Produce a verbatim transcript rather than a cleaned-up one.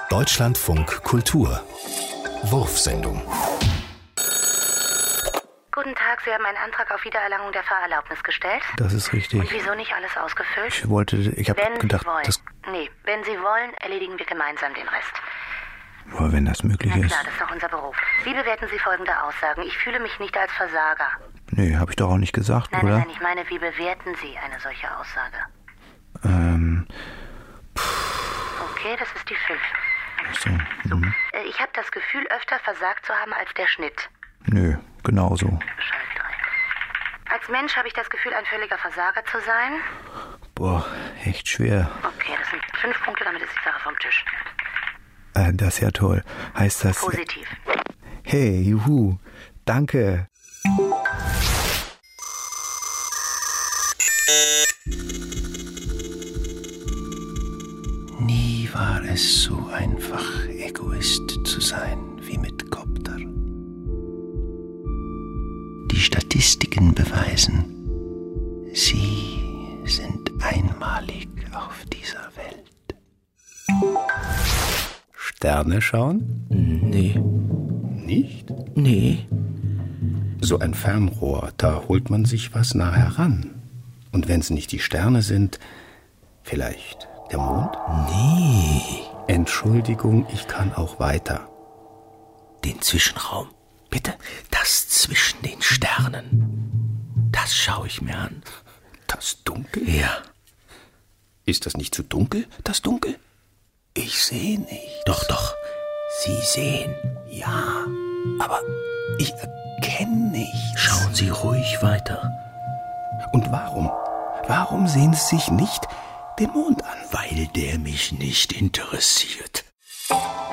Deutschlandfunk Kultur Wurfsendung. Guten Tag, Sie haben einen Antrag auf Wiedererlangung der Fahrerlaubnis gestellt? Das ist richtig. Und wieso nicht alles ausgefüllt? Ich wollte, ich habe gedacht, Sie wollen. das, Nee, wenn Sie wollen, erledigen wir gemeinsam den Rest. oh, wenn das möglich Na ist. klar, das ist doch unser Beruf. Wie bewerten Sie folgende Aussagen? Ich fühle mich nicht als Versager. Nee, habe ich doch auch nicht gesagt, Nein, oder? nein, nein, ich meine, wie bewerten Sie eine solche Aussage? Ähm, Okay, das ist die fünf. so, mhm. Äh, Ich habe das Gefühl, öfter versagt zu haben als der Schnitt. Nö, genauso. Bescheid drei. Als Mensch habe ich das Gefühl, ein völliger Versager zu sein. Boah, echt schwer. Okay, das sind fünf Punkte, damit ist die Sache vom Tisch. Äh, das ist ja toll. Heißt das... Positiv. Hey, juhu, danke. Nie war es so einfach, Egoist zu sein wie mit Kopter. Die Statistiken beweisen, Sie sind einmalig auf dieser Welt. Sterne schauen? Nee, Nicht? nee. So ein Fernrohr, da holt man sich was nah heran. Und wenn es nicht die Sterne sind, vielleicht der Mond? Nee. Entschuldigung, ich kann auch weiter. Den Zwischenraum. Bitte? Das zwischen den Sternen. Das schaue ich mir an. Das Dunkel? Ja. Ist das nicht zu dunkel, das Dunkel? Ich sehe nicht. Doch, doch. Sie sehen. Ja. Aber ich erkenne nicht. Schauen Sie ruhig weiter. Und warum? Warum sehen Sie sich nicht den Mond an? Weil der mich nicht interessiert.